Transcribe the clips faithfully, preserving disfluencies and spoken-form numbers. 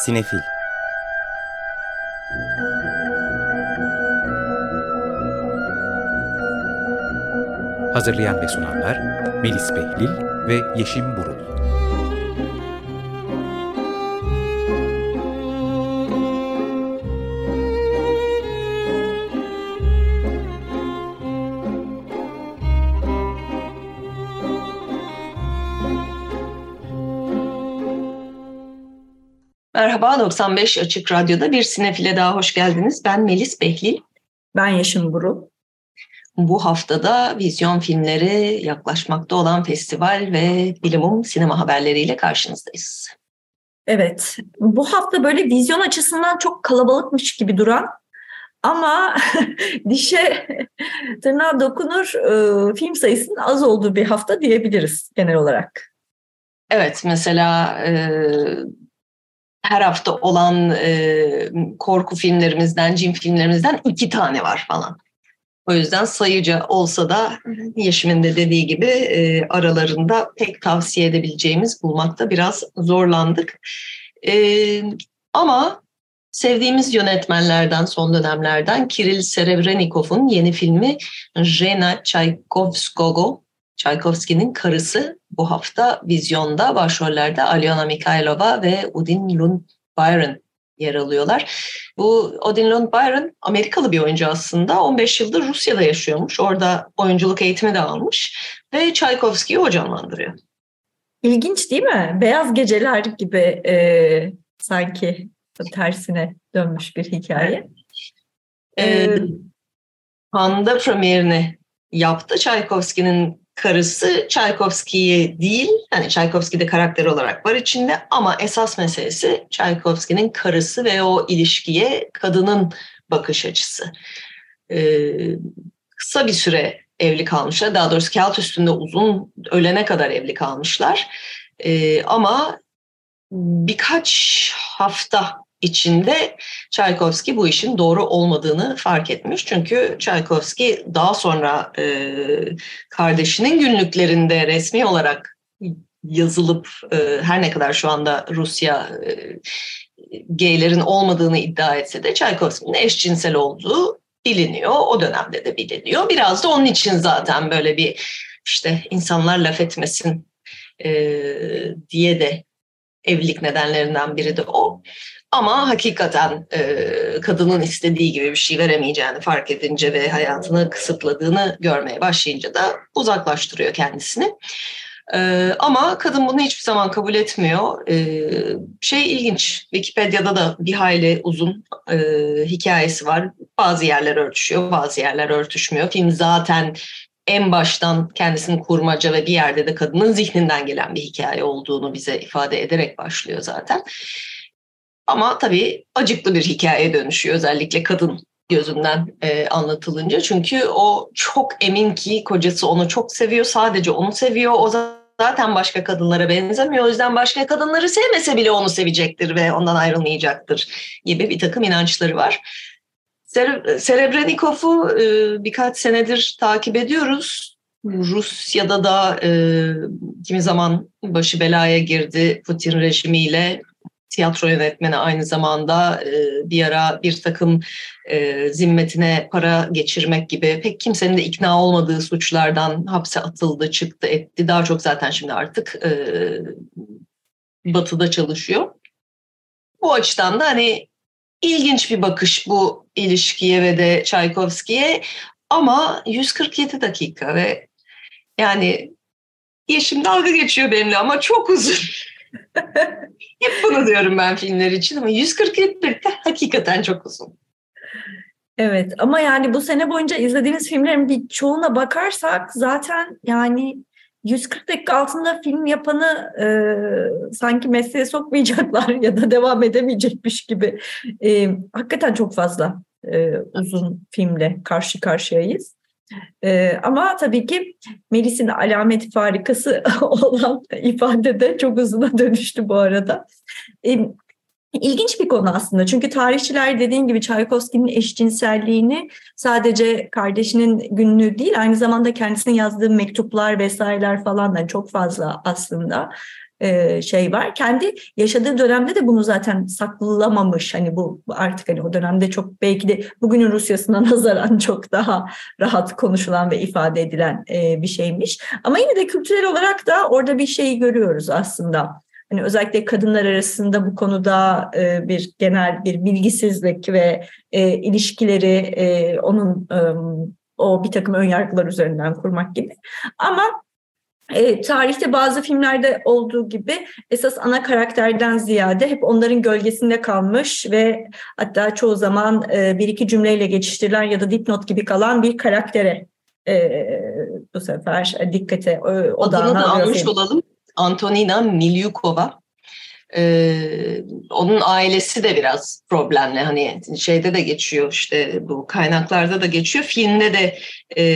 Sinefil. Hazırlayan ve sunanlar Melis Behlil ve Yeşim Burul. Merhaba, doksan beş Açık Radyo'da bir Sinefil'e daha hoş geldiniz. Ben Melis Behlil. Ben Yeşim Burul. Bu haftada vizyon filmleri, yaklaşmakta olan festival ve bilimum sinema haberleriyle karşınızdayız. Evet, bu hafta böyle vizyon açısından çok kalabalıkmış gibi duran ama dişe tırnağa dokunur e, film sayısının az olduğu bir hafta diyebiliriz genel olarak. Evet, mesela e, her hafta olan e, korku filmlerimizden, cin filmlerimizden iki tane var falan. O yüzden sayıca olsa da Yeşim'in de dediği gibi e, aralarında pek tavsiye edebileceğimiz bulmakta biraz zorlandık. E, ama sevdiğimiz yönetmenlerden, son dönemlerden Kirill Serebrenikov'un yeni filmi Jena Çaykovskogo, Çaykovski'nin Karısı bu hafta vizyonda. Başrollerde Alyona Mikhailova ve Odin Lund-Byron yer alıyorlar. Bu Odin Lund-Byron Amerikalı bir oyuncu aslında. on beş yıldır Rusya'da yaşıyormuş. Orada oyunculuk eğitimi de almış ve Çaykovski'yi o canlandırıyor. İlginç değil mi? Beyaz Geceler gibi e, sanki tersine dönmüş bir hikaye. Ee, Cannes'da premierini yaptı. Çaykovski'nin Karısı Çaykovski'yi değil, hani Çaykovski de karakter olarak var içinde ama esas meselesi Çaykovski'nin karısı ve o ilişkiye kadının bakış açısı. Ee, kısa bir süre evli kalmışlar, daha doğrusu kağıt üstünde uzun, ölene kadar evli kalmışlar. Ee, ama birkaç hafta içinde Çaykovski bu işin doğru olmadığını fark etmiş. Çünkü Çaykovski daha sonra e, kardeşinin günlüklerinde resmi olarak yazılıp e, her ne kadar şu anda Rusya e, gaylerin olmadığını iddia etse de Çaykovski'nin eşcinsel olduğu biliniyor. O dönemde de biliniyor. Biraz da onun için zaten böyle bir işte insanlar laf etmesin e, diye de evlilik nedenlerinden biri de o. Ama hakikaten e, kadının istediği gibi bir şey veremeyeceğini fark edince ve hayatını kısıtladığını görmeye başlayınca da uzaklaştırıyor kendisini. E, ama kadın bunu hiçbir zaman kabul etmiyor. E, şey ilginç, Wikipedia'da da bir hayli uzun e, hikayesi var. Bazı yerler örtüşüyor, bazı yerler örtüşmüyor. Film zaten en baştan kendisini kurmaca ve bir yerde de kadının zihninden gelen bir hikaye olduğunu bize ifade ederek başlıyor zaten. Ama tabii acıklı bir hikayeye dönüşüyor özellikle kadın gözünden e, anlatılınca. Çünkü o çok emin ki kocası onu çok seviyor, sadece onu seviyor. O zaten başka kadınlara benzemiyor. O yüzden başka kadınları sevmese bile onu sevecektir ve ondan ayrılmayacaktır gibi bir takım inançları var. Serebrenikov'u e, birkaç senedir takip ediyoruz. Rusya'da da e, kimi zaman başı belaya girdi Putin rejimiyle. Tiyatro yönetmeni aynı zamanda e, bir ara bir takım e, zimmetine para geçirmek gibi pek kimsenin de ikna olmadığı suçlardan hapse atıldı, çıktı, etti. Daha çok zaten şimdi artık e, Batı'da çalışıyor. Bu açıdan da hani İlginç bir bakış bu ilişkiye ve de Çaykovski'ye ama yüz kırk yedi dakika ve yani Yeşim dalga geçiyor benimle ama çok uzun. Hep bunu diyorum ben filmler için ama yüz kırk yedi dakika hakikaten çok uzun. Evet ama yani bu sene boyunca izlediğimiz filmlerin bir çoğuna bakarsak zaten yani yüz kırk dakika altında film yapanı e, sanki mesleğe sokmayacaklar ya da devam edemeyecekmiş gibi. E, hakikaten çok fazla e, uzun filmle karşı karşıyayız. E, ama tabii ki Melis'in alameti farikası olan ifade de çok uzuna dönüştü bu arada. E, İlginç bir konu aslında çünkü tarihçiler dediğin gibi Çaykovski'nin eşcinselliğini sadece kardeşinin günlüğü değil aynı zamanda kendisinin yazdığı mektuplar vesaireler falan da çok fazla aslında e, şey var. Kendi yaşadığı dönemde de bunu zaten saklamamış. Hani bu artık hani o dönemde çok belki de bugünün Rusya'sına nazaran çok daha rahat konuşulan ve ifade edilen e, bir şeymiş. Ama yine de kültürel olarak da orada bir şey görüyoruz aslında. Hani özellikle kadınlar arasında bu konuda e, bir genel bir bilgisizlik ve e, ilişkileri e, onun e, o bir takım önyargılar üzerinden kurmak gibi. Ama e, tarihte bazı filmlerde olduğu gibi esas ana karakterden ziyade hep onların gölgesinde kalmış ve hatta çoğu zaman e, bir iki cümleyle geçiştirilen ya da dipnot gibi kalan bir karaktere e, bu sefer dikkate e, odağına Adını da alıyor almış film. olalım. Antonina Milyukova. Ee, onun ailesi de biraz problemli. Hani şeyde de geçiyor, işte bu kaynaklarda da geçiyor. Filmde de e,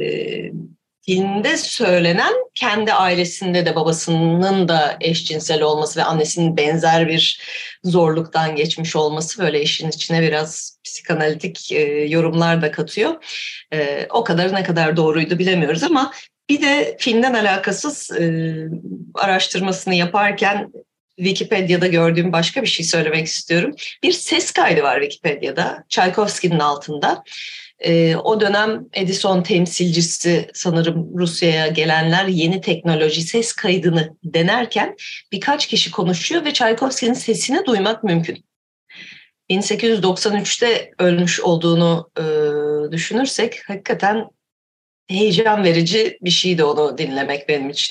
filmde söylenen kendi ailesinde de babasının da eşcinsel olması ve annesinin benzer bir zorluktan geçmiş olması böyle işin içine biraz psikanalitik e, yorumlar da katıyor. E, o kadar ne kadar doğruydu bilemiyoruz ama bir de filmden alakasız e, araştırmasını yaparken Wikipedia'da gördüğüm başka bir şey söylemek istiyorum. Bir ses kaydı var Wikipedia'da, Çaykovski'nin altında. Ee, o dönem Edison temsilcisi sanırım Rusya'ya gelenler yeni teknoloji ses kaydını denerken birkaç kişi konuşuyor ve Çaykovski'nin sesini duymak mümkün. bin sekiz yüz doksan üçte ölmüş olduğunu e, düşünürsek hakikaten heyecan verici bir şeydi onu dinlemek benim için.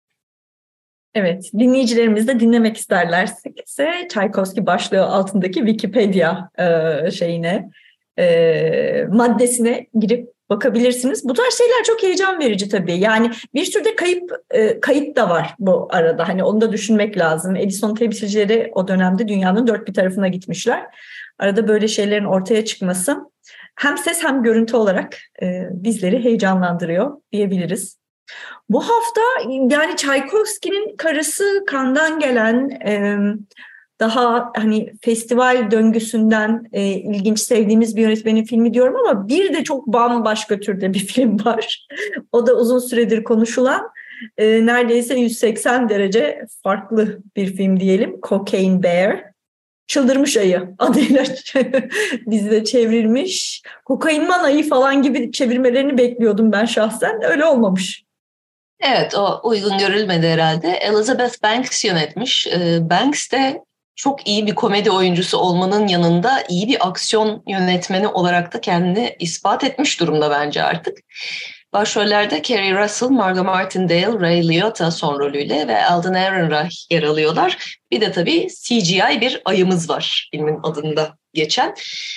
Evet, dinleyicilerimiz de dinlemek isterlerse Çaykovski başlığı altındaki Wikipedia e, şeyine, e, maddesine girip bakabilirsiniz. Bu tarz şeyler çok heyecan verici tabii. Yani bir sürü de kayıp, e, kayıt da var bu arada. Hani onu da düşünmek lazım. Edison temsilcileri o dönemde dünyanın dört bir tarafına gitmişler. Arada böyle şeylerin ortaya çıkması hem ses hem görüntü olarak e, bizleri heyecanlandırıyor diyebiliriz. Bu hafta yani Çaykovski'nin Karısı Kan'dan gelen e, daha hani festival döngüsünden e, ilginç sevdiğimiz bir yönetmenin filmi diyorum ama bir de çok bambaşka türde bir film var. O da uzun süredir konuşulan e, neredeyse yüz seksen derece farklı bir film diyelim. Cocaine Bear. Çıldırmış Ayı adıyla bizde çevrilmiş. Kokainman ayı falan gibi çevirmelerini bekliyordum ben şahsen. Öyle olmamış. Evet, o uygun görülmedi herhalde. Elizabeth Banks yönetmiş. Banks de çok iyi bir komedi oyuncusu olmanın yanında iyi bir aksiyon yönetmeni olarak da kendini ispat etmiş durumda bence artık. Başrollerde Kerry Russell, Margot Martindale, Ray Liotta son rolüyle ve Alden Ehrenreich yer alıyorlar. Bir de tabii C G I bir ayımız var filmin adında geçen.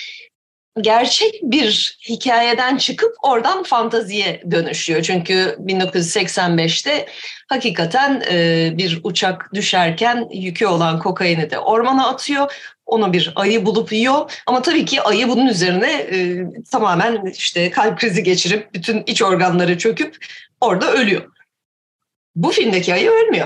Gerçek bir hikayeden çıkıp oradan fantaziye dönüşüyor. Çünkü bin dokuz yüz seksen beşte hakikaten bir uçak düşerken yükü olan kokaini de ormana atıyor. Onu bir ayı bulup yiyor. Ama tabii ki ayı bunun üzerine e, tamamen işte kalp krizi geçirip bütün iç organları çöküp orada ölüyor. Bu filmdeki ayı ölmüyor.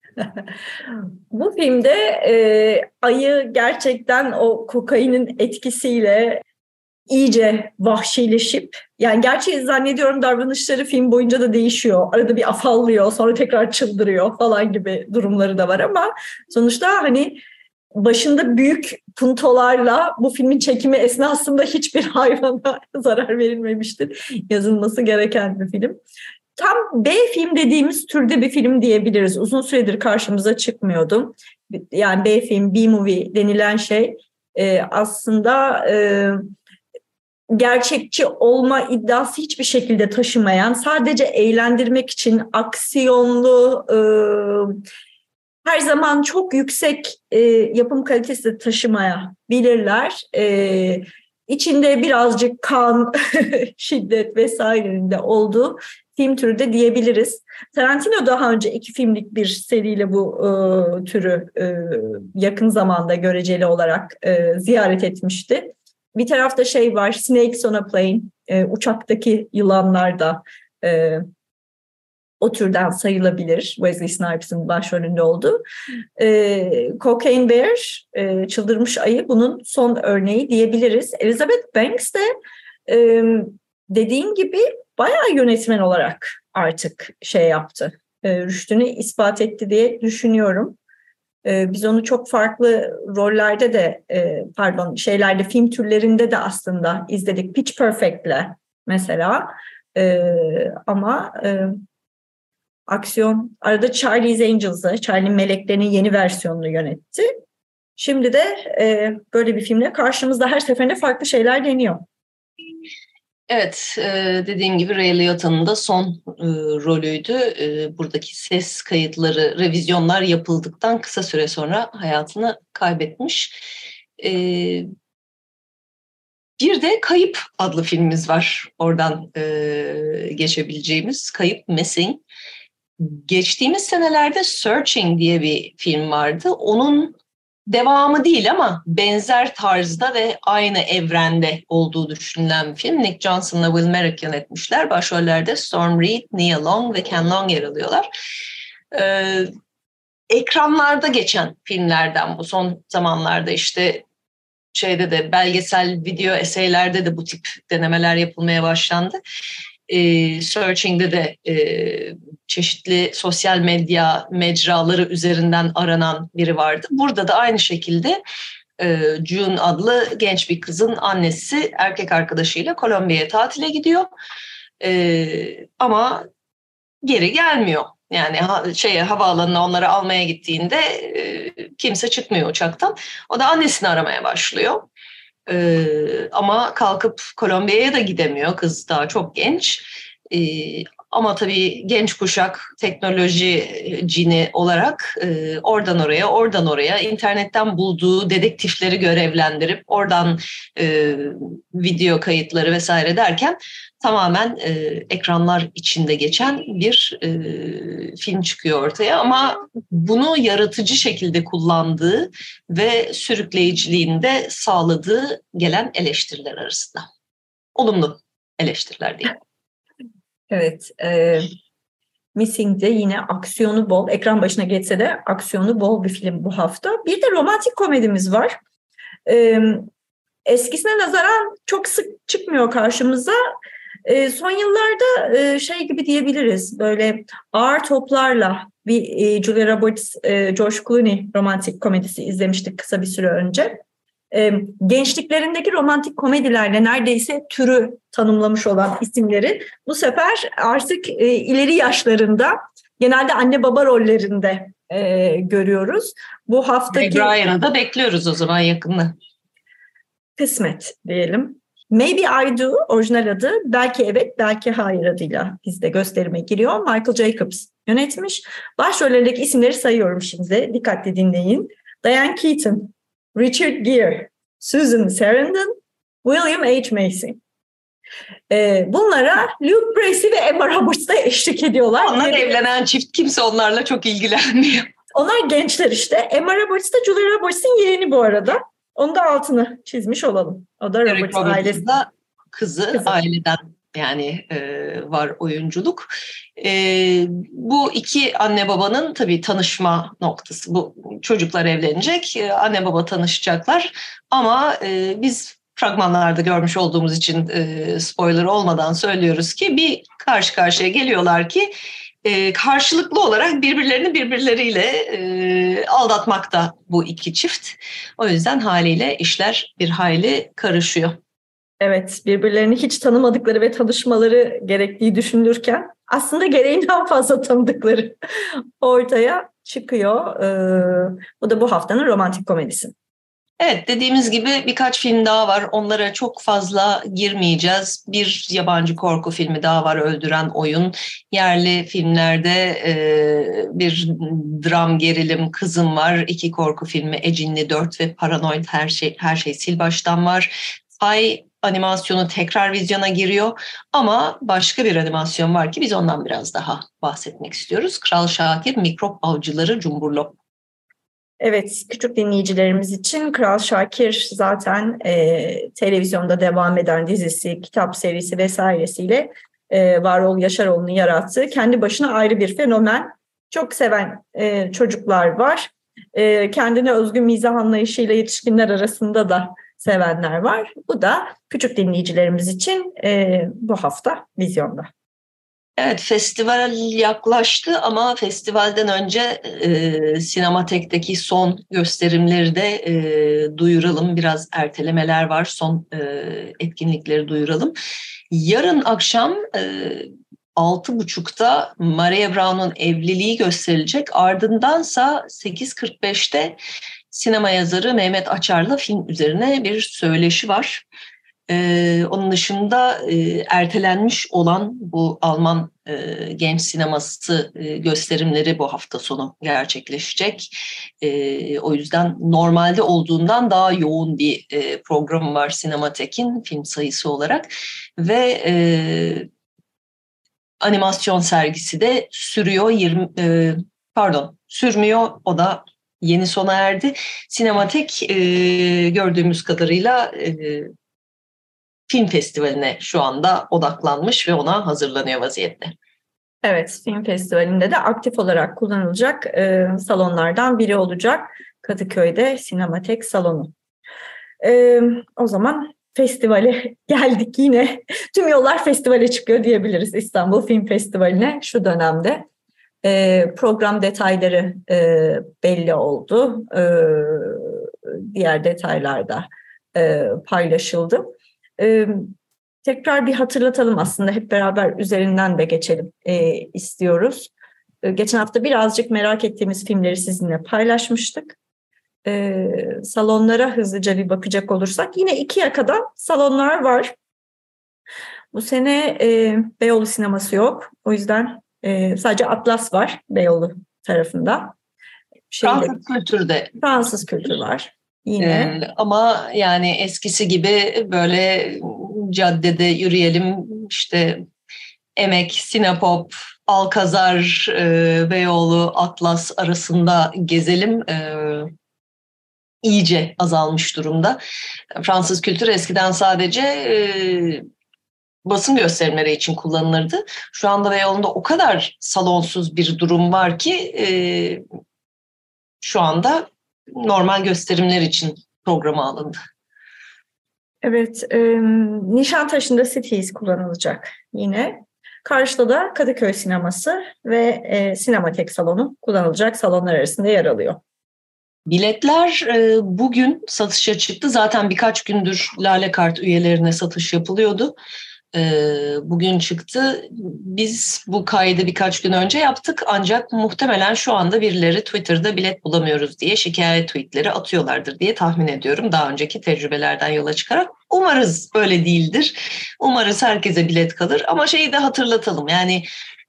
Bu filmde e, ayı gerçekten o kokainin etkisiyle iyice vahşileşip, yani gerçi zannediyorum davranışları film boyunca da değişiyor. Arada bir afallıyor, sonra tekrar çıldırıyor falan gibi durumları da var ama sonuçta hani başında büyük puntolarla bu filmin çekimi esnasında hiçbir hayvana zarar verilmemiştir. Yazılması gereken bir film. Tam B film dediğimiz türde bir film diyebiliriz. Uzun süredir karşımıza çıkmıyordu. Yani B film, B-movie denilen şey e, aslında e, gerçekçi olma iddiası hiçbir şekilde taşımayan, sadece eğlendirmek için aksiyonlu, e, her zaman çok yüksek e, yapım kalitesi de taşımayabilirler. E, içinde birazcık kan, şiddet vesairenin de olduğu film türü de diyebiliriz. Tarantino daha önce iki filmlik bir seriyle bu e, türü e, yakın zamanda göreceli olarak e, ziyaret etmişti. Bir tarafta şey var, Snakes on a Plane, e, uçaktaki yılanlar da e, o türden sayılabilir. Wesley Snipes'ın başrolünde olduğu. E, Cocaine Bear, e, çıldırmış ayı bunun son örneği diyebiliriz. Elizabeth Banks de e, dediğin gibi bayağı yönetmen olarak artık şey yaptı. e, rüştünü ispat etti diye düşünüyorum. E, biz onu çok farklı rollerde de, e, pardon şeylerde, film türlerinde de aslında izledik. Pitch Perfect'le mesela. E, ama e, aksiyon, arada Charlie's Angels'ı, Charlie'nin Meleklerinin yeni versiyonunu yönetti. Şimdi de e, böyle bir filmle karşımızda, her seferinde farklı şeyler deniyor. Evet, dediğim gibi Ray Liotta'nın da son rolüydü. Buradaki ses kayıtları, revizyonlar yapıldıktan kısa süre sonra hayatını kaybetmiş. Bir de Kayıp adlı filmimiz var. Oradan geçebileceğimiz Kayıp, Missing. Geçtiğimiz senelerde Searching diye bir film vardı. Onun devamı değil ama benzer tarzda ve aynı evrende olduğu düşünülen bir film. Nick Johnson'la Will Merrick yönetmişler. Başrollerde Storm Reid, Nia Long ve Ken Long yer alıyorlar. Ee, ekranlarda geçen filmlerden bu. Son zamanlarda işte şeyde de, belgesel video eseylerde de bu tip denemeler yapılmaya başlandı. Ee, Searching'de de e, çeşitli sosyal medya mecraları üzerinden aranan biri vardı. Burada da aynı şekilde e, June adlı genç bir kızın annesi erkek arkadaşıyla Kolombiya'ya tatile gidiyor. E, ama geri gelmiyor. Yani ha, şeye, havaalanına onları almaya gittiğinde e, kimse çıkmıyor uçaktan. O da annesini aramaya başlıyor. Ee, ama kalkıp Kolombiya'ya da gidemiyor. Kız daha çok genç. Ee, ama tabii genç kuşak teknoloji cini olarak e, oradan oraya, oradan oraya internetten bulduğu dedektifleri görevlendirip oradan e, video kayıtları vesaire derken tamamen e, ekranlar içinde geçen bir e, film çıkıyor ortaya. Ama bunu yaratıcı şekilde kullandığı ve sürükleyiciliğinde sağladığı gelen eleştiriler arasında. Olumlu eleştiriler değil. Evet. E, Missing'de yine aksiyonu bol, ekran başına geçse de aksiyonu bol bir film bu hafta. Bir de romantik komedimiz var. E, eskisine nazaran çok sık çıkmıyor karşımıza. E, son yıllarda e, şey gibi diyebiliriz, böyle ağır toplarla bir e, Julia Roberts, e, George Clooney romantik komedisi izlemiştik kısa bir süre önce. E, gençliklerindeki romantik komedilerle neredeyse türü tanımlamış olan isimleri bu sefer artık e, ileri yaşlarında, genelde anne baba rollerinde e, görüyoruz. Bu haftaki Brian'ı da bekliyoruz o zaman yakında. Kısmet diyelim. Maybe I Do orijinal adı, belki evet belki hayır adıyla bizde gösterime giriyor. Michael Jacobs yönetmiş. Başrollerindeki isimleri sayıyorum şimdi. Dikkatli dinleyin. Diane Keaton, Richard Gere, Susan Sarandon, William H. Macy. Ee, bunlara Luke Bracey ve Emma Roberts da eşlik ediyorlar. Onlar evlenen çift, kimse onlarla çok ilgilenmiyor. Onlar gençler işte. Emma Roberts da Julia Roberts'in yeğeni bu arada. Onun da altını çizmiş olalım. O da Roberts ailesi. Kızı, kızı aileden yani e, var oyunculuk. E, bu iki anne babanın tabii tanışma noktası. Bu çocuklar evlenecek, e, anne baba tanışacaklar. Ama e, biz fragmanlarda görmüş olduğumuz için e, spoiler olmadan söylüyoruz ki bir karşı karşıya geliyorlar ki e, karşılıklı olarak birbirlerini birbirleriyle e, aldatmakta bu iki çift. O yüzden haliyle işler bir hayli karışıyor. Evet, birbirlerini hiç tanımadıkları ve tanışmaları gerektiği düşünülürken aslında gereğinden fazla tanıdıkları ortaya çıkıyor. Ee, bu da bu haftanın romantik komedisi. Evet, dediğimiz gibi birkaç film daha var. Onlara çok fazla girmeyeceğiz. Bir yabancı korku filmi daha var, Öldüren Oyun. Yerli filmlerde e, bir dram gerilim Kızım var. İki korku filmi, Ecinli dört ve Paranoid Her Şey Her Şey Sil Baştan var. Ay animasyonu tekrar vizyona giriyor ama başka bir animasyon var ki biz ondan biraz daha bahsetmek istiyoruz. Kral Şakir, Mikrop Avcıları Cumburlop. Evet, küçük dinleyicilerimiz için Kral Şakir zaten e, televizyonda devam eden dizisi, kitap serisi vesairesiyle e, Varol Yaşaroğlu'nun yarattığı kendi başına ayrı bir fenomen. Çok seven e, çocuklar var. E, kendine özgü mizah anlayışıyla yetişkinler arasında da sevenler var. Bu da küçük dinleyicilerimiz için e, bu hafta vizyonda. Evet, festival yaklaştı ama festivalden önce e, Sinematek'teki son gösterimleri de e, duyuralım. Biraz ertelemeler var, son e, etkinlikleri duyuralım. Yarın akşam e, altı buçukta Maria Brown'un Evliliği gösterilecek. Ardındansa sekiz kırk beşte sinema yazarı Mehmet Açar'la film üzerine bir söyleşi var. Ee, onun dışında e, ertelenmiş olan bu Alman e, genç sineması e, gösterimleri bu hafta sonu gerçekleşecek. E, o yüzden normalde olduğundan daha yoğun bir e, program var Sinematek'in film sayısı olarak. Ve e, animasyon sergisi de sürüyor. yirmi e, pardon sürmüyor, o da yeni sona erdi. Sinematek e, gördüğümüz kadarıyla e, film festivaline şu anda odaklanmış ve ona hazırlanıyor vaziyette. Evet, film festivalinde de aktif olarak kullanılacak e, salonlardan biri olacak Kadıköy'de Sinematek salonu. E, o zaman festivale geldik yine. Tüm yollar festivale çıkıyor diyebiliriz, İstanbul Film Festivali'ne şu dönemde. E, program detayları e, belli oldu. E, diğer detaylar da e, paylaşıldı. Ee, tekrar bir hatırlatalım, aslında hep beraber üzerinden de geçelim e, istiyoruz. E, geçen hafta birazcık merak ettiğimiz filmleri sizinle paylaşmıştık. E, salonlara hızlıca bir bakacak olursak yine iki yakadan salonlar var. Bu sene e, Beyoğlu sineması yok. O yüzden e, sadece Atlas var Beyoğlu tarafında. Şeyde, Fransız kültürde. Fransız kültür var. Yine. Ee, ama yani eskisi gibi böyle caddede yürüyelim, işte Emek, Sinepop, Alkazar, e, Beyoğlu, Atlas arasında gezelim e, iyice azalmış durumda. Fransız kültür eskiden sadece e, basın gösterimleri için kullanılırdı. Şu anda Beyoğlu'nda o kadar salonsuz bir durum var ki e, şu anda normal gösterimler için programa alındı. Evet, e, Nişantaşı'nda Cities kullanılacak yine. Karşıda da Kadıköy Sineması ve e, Sinematek salonu kullanılacak salonlar arasında yer alıyor. Biletler e, bugün satışa çıktı. Zaten birkaç gündür Lale Kart üyelerine satış yapılıyordu. Bugün çıktı. Biz bu kaydı birkaç gün önce yaptık, ancak muhtemelen şu anda birileri Twitter'da bilet bulamıyoruz diye şikayet tweetleri atıyorlardır diye tahmin ediyorum, daha önceki tecrübelerden yola çıkarak. Umarız öyle değildir. Umarız herkese bilet kalır, ama şeyi de hatırlatalım, yani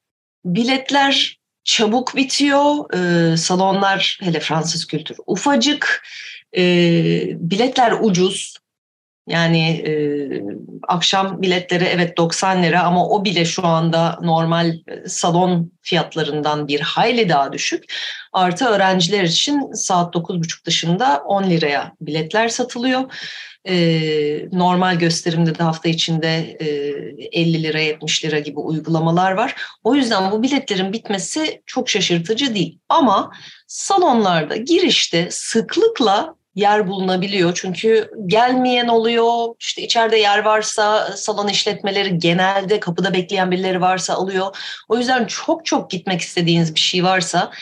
biletler çabuk bitiyor. Ee, salonlar, hele Fransız kültür, ufacık. Ee, biletler ucuz. Yani e, akşam biletleri evet doksan lira, ama o bile şu anda normal salon fiyatlarından bir hayli daha düşük. Artı öğrenciler için saat dokuz buçuk dışında on liraya biletler satılıyor. E, normal gösterimde de hafta içinde e, elli lira yetmiş lira gibi uygulamalar var. O yüzden bu biletlerin bitmesi çok şaşırtıcı değil. Ama salonlarda girişte sıklıkla yer bulunabiliyor. Çünkü gelmeyen oluyor. İşte içeride yer varsa salon işletmeleri genelde kapıda bekleyen birileri varsa alıyor. O yüzden çok çok gitmek istediğiniz bir şey varsa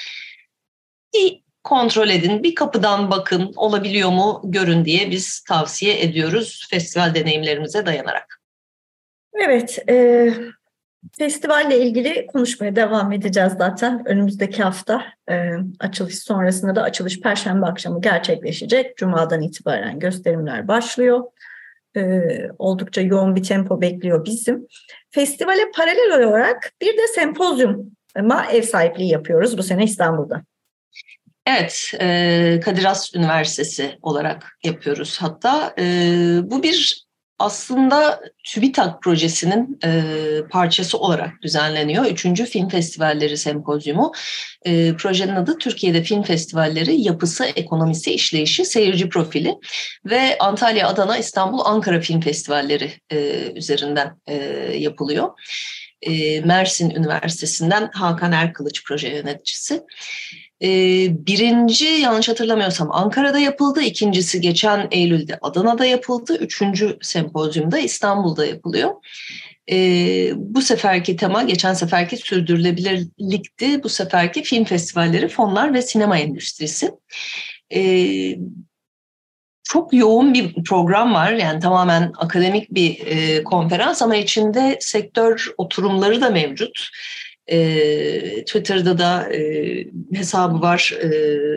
bir kontrol edin, bir kapıdan bakın, olabiliyor mu görün diye biz tavsiye ediyoruz festival deneyimlerimize dayanarak. Evet, e, festivalle ilgili konuşmaya devam edeceğiz zaten. Önümüzdeki hafta e, açılış sonrasında da açılış Perşembe akşamı gerçekleşecek. Cuma'dan itibaren gösterimler başlıyor. E, oldukça yoğun bir tempo bekliyor bizim. Festivale paralel olarak bir de sempozyuma ev sahipliği yapıyoruz bu sene İstanbul'da. Evet, Kadir Has Üniversitesi olarak yapıyoruz hatta. Bu bir aslında TÜBİTAK projesinin e, parçası olarak düzenleniyor. Üçüncü Film Festivalleri Sempozyumu. E, projenin adı Türkiye'de Film Festivalleri Yapısı, Ekonomisi, İşleyişi, Seyirci Profili ve Antalya, Adana, İstanbul, Ankara Film Festivalleri e, üzerinden e, yapılıyor. E, Mersin Üniversitesi'nden Hakan Erkılıç proje yöneticisi. E, birinci yanlış hatırlamıyorsam Ankara'da yapıldı. İkincisi geçen Eylül'de Adana'da yapıldı. Üçüncü sempozyumda İstanbul'da yapılıyor. E, bu seferki tema geçen seferki sürdürülebilirlikti. Bu seferki film festivalleri, fonlar ve sinema endüstrisi. E, çok yoğun bir program var. Yani tamamen akademik bir e, konferans ama içinde sektör oturumları da mevcut. E, Twitter'da da e, hesabı var. E,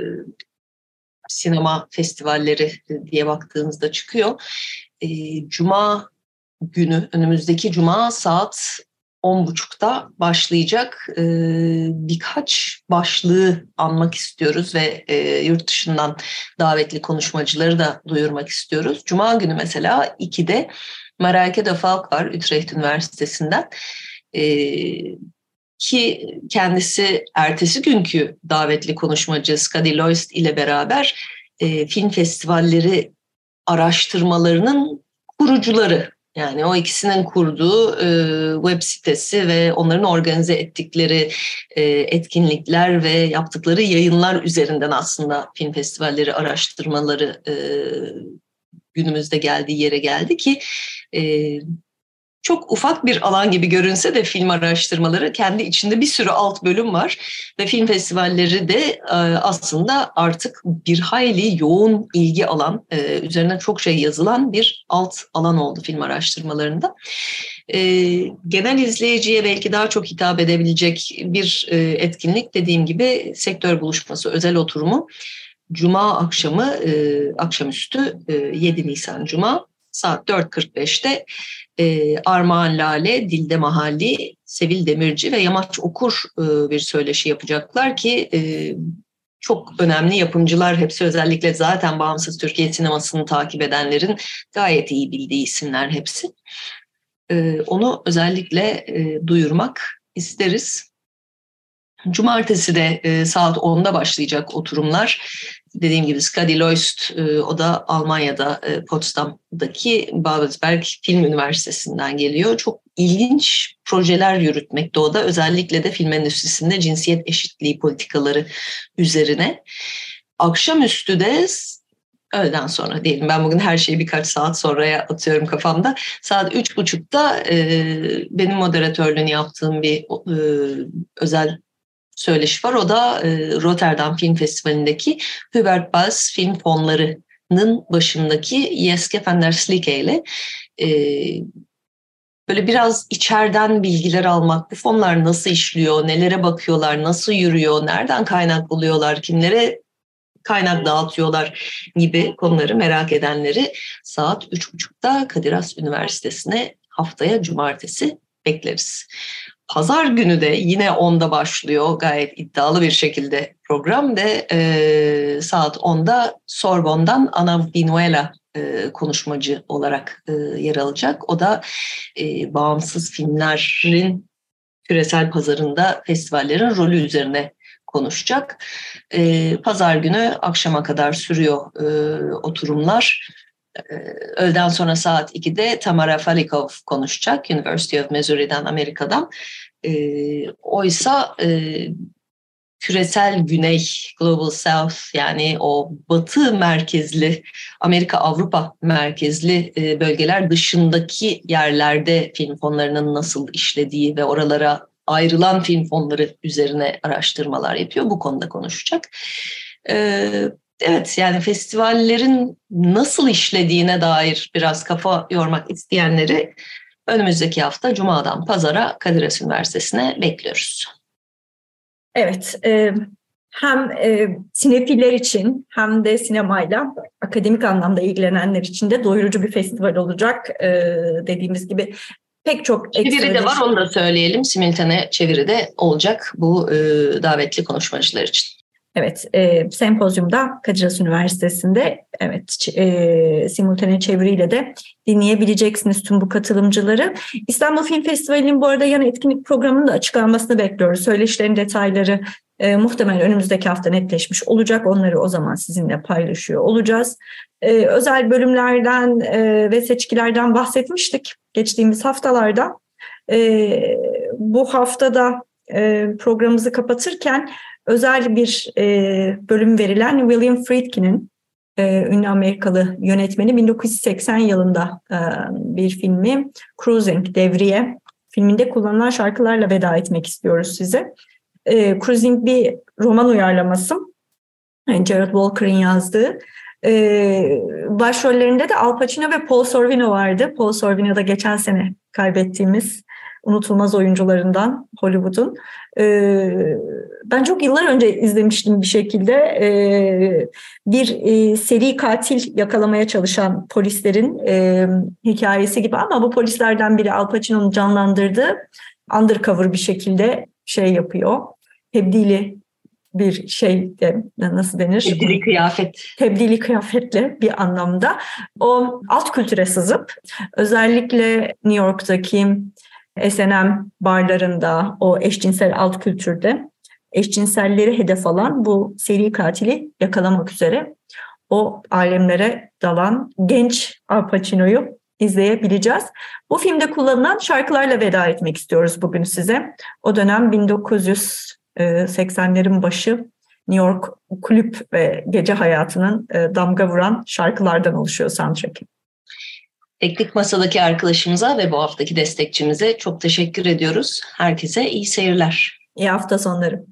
sinema festivalleri diye baktığınızda çıkıyor. E, Cuma günü, önümüzdeki Cuma saat on buçukta başlayacak. E, birkaç başlığı anmak istiyoruz ve e, yurt dışından davetli konuşmacıları da duyurmak istiyoruz. Cuma günü mesela ikide Marijke de Valk var Utrecht Üniversitesi'nden. E, ki kendisi ertesi günkü davetli konuşmacı Skadi Loist ile beraber e, film festivalleri araştırmalarının kurucuları. Yani o ikisinin kurduğu e, web sitesi ve onların organize ettikleri e, etkinlikler ve yaptıkları yayınlar üzerinden aslında film festivalleri araştırmaları e, günümüzde geldiği yere geldi ki e, çok ufak bir alan gibi görünse de film araştırmaları kendi içinde bir sürü alt bölüm var ve film festivalleri de aslında artık bir hayli yoğun ilgi alan, üzerine çok şey yazılan bir alt alan oldu film araştırmalarında. Genel izleyiciye belki daha çok hitap edebilecek bir etkinlik, dediğim gibi sektör buluşması, özel oturumu Cuma akşamı, akşamüstü yedi Nisan Cuma saat dört kırk beşte e, Armağan Lale, Dilde Mahalli, Sevil Demirci ve Yamaç Okur e, bir söyleşi yapacaklar ki e, çok önemli yapımcılar hepsi, özellikle zaten bağımsız Türkiye sinemasını takip edenlerin gayet iyi bildiği isimler hepsi. E, onu özellikle e, duyurmak isteriz. Cumartesi de e, saat onda başlayacak oturumlar. Dediğim gibi Skadi Loist, e, o da Almanya'da e, Potsdam'daki Babelsberg Film Üniversitesi'nden geliyor. Çok ilginç projeler yürütmekte o da. Özellikle de film endüstrisinde cinsiyet eşitliği politikaları üzerine. Akşamüstü de öğleden sonra diyelim, ben bugün her şeyi birkaç saat sonraya atıyorum kafamda. Saat üç buçukta e, benim moderatörlüğünü yaptığım bir e, özel söyleşi var. O da e, Rotterdam Film Festivali'ndeki Hubert Bals Film Fonları'nın başındaki Jeske van der Slicke ile e, böyle biraz içeriden bilgiler almak, bu fonlar nasıl işliyor, nelere bakıyorlar, nasıl yürüyor, nereden kaynak buluyorlar, kimlere kaynak dağıtıyorlar gibi konuları merak edenleri saat üç buçukta Kadir Has Üniversitesi'ne haftaya cumartesi bekleriz. Pazar günü de yine onda başlıyor gayet iddialı bir şekilde program ve e, saat onda Sorbonne'dan Ana Vinuela e, konuşmacı olarak e, yer alacak. O da e, bağımsız filmlerin küresel pazarında festivallerin rolü üzerine konuşacak. E, Pazar günü akşama kadar sürüyor e, oturumlar. Öğleden sonra saat ikide Tamara Falikov konuşacak University of Missouri'den, Amerika'dan. E, oysa e, küresel güney, Global South, yani o batı merkezli, Amerika-Avrupa merkezli e, bölgeler dışındaki yerlerde film fonlarının nasıl işlediği ve oralara ayrılan film fonları üzerine araştırmalar yapıyor. Bu konuda konuşacak. Evet. Evet, yani festivallerin nasıl işlediğine dair biraz kafa yormak isteyenleri önümüzdeki hafta Cuma'dan Pazar'a Kadir Has Üniversitesi'ne bekliyoruz. Evet, e, hem e, sinefiller için hem de sinemayla akademik anlamda ilgilenenler için de doyurucu bir festival olacak. E, dediğimiz gibi pek çok çeviri de var, onu da söyleyelim. Simultane çeviri de olacak bu e, davetli konuşmacılar için. Evet, e, sempozyumda Kadir Has Üniversitesi'nde evet e, simultane çeviriyle de dinleyebileceksiniz tüm bu katılımcıları. İstanbul Film Festivali'nin bu arada yan etkinlik programının da açıklanmasını bekliyoruz. Söyleşilerin detayları e, muhtemelen önümüzdeki hafta netleşmiş olacak. Onları o zaman sizinle paylaşıyor olacağız. E, özel bölümlerden e, ve seçkilerden bahsetmiştik geçtiğimiz haftalarda. E, bu haftada e, programımızı kapatırken özel bir e, bölüm verilen William Friedkin'in e, ünlü Amerikalı yönetmeni bin dokuz yüz seksen yılında e, bir filmi Cruising, Devriye filminde kullanılan şarkılarla veda etmek istiyoruz size. E, Cruising bir roman uyarlaması. Yani Jared Walker'ın yazdığı. Ee, başrollerinde de Al Pacino ve Paul Sorvino vardı. Paul Sorvino da geçen sene kaybettiğimiz unutulmaz oyuncularından Hollywood'un. Ee, ben çok yıllar önce izlemiştim bir şekilde. Ee, bir e, seri katil yakalamaya çalışan polislerin e, hikayesi gibi ama bu polislerden biri Al Pacino'nun canlandırdığı undercover bir şekilde şey yapıyor. Tebdili bir şey de nasıl denir? Tebdili kıyafet. Tebdili kıyafetle bir anlamda. O alt kültüre sızıp özellikle New York'taki S and M barlarında o eşcinsel alt kültürde eşcinselleri hedef alan bu seri katili yakalamak üzere o alemlere dalan genç Al Pacino'yu izleyebileceğiz. Bu filmde kullanılan şarkılarla veda etmek istiyoruz bugün size. O dönem bin dokuz yüz seksenlerin başı New York kulüp ve gece hayatının damga vuran şarkılardan oluşuyor soundtrack'i. Teknik Masa'daki arkadaşımıza ve bu haftaki destekçimize çok teşekkür ediyoruz. Herkese iyi seyirler. İyi hafta sonları.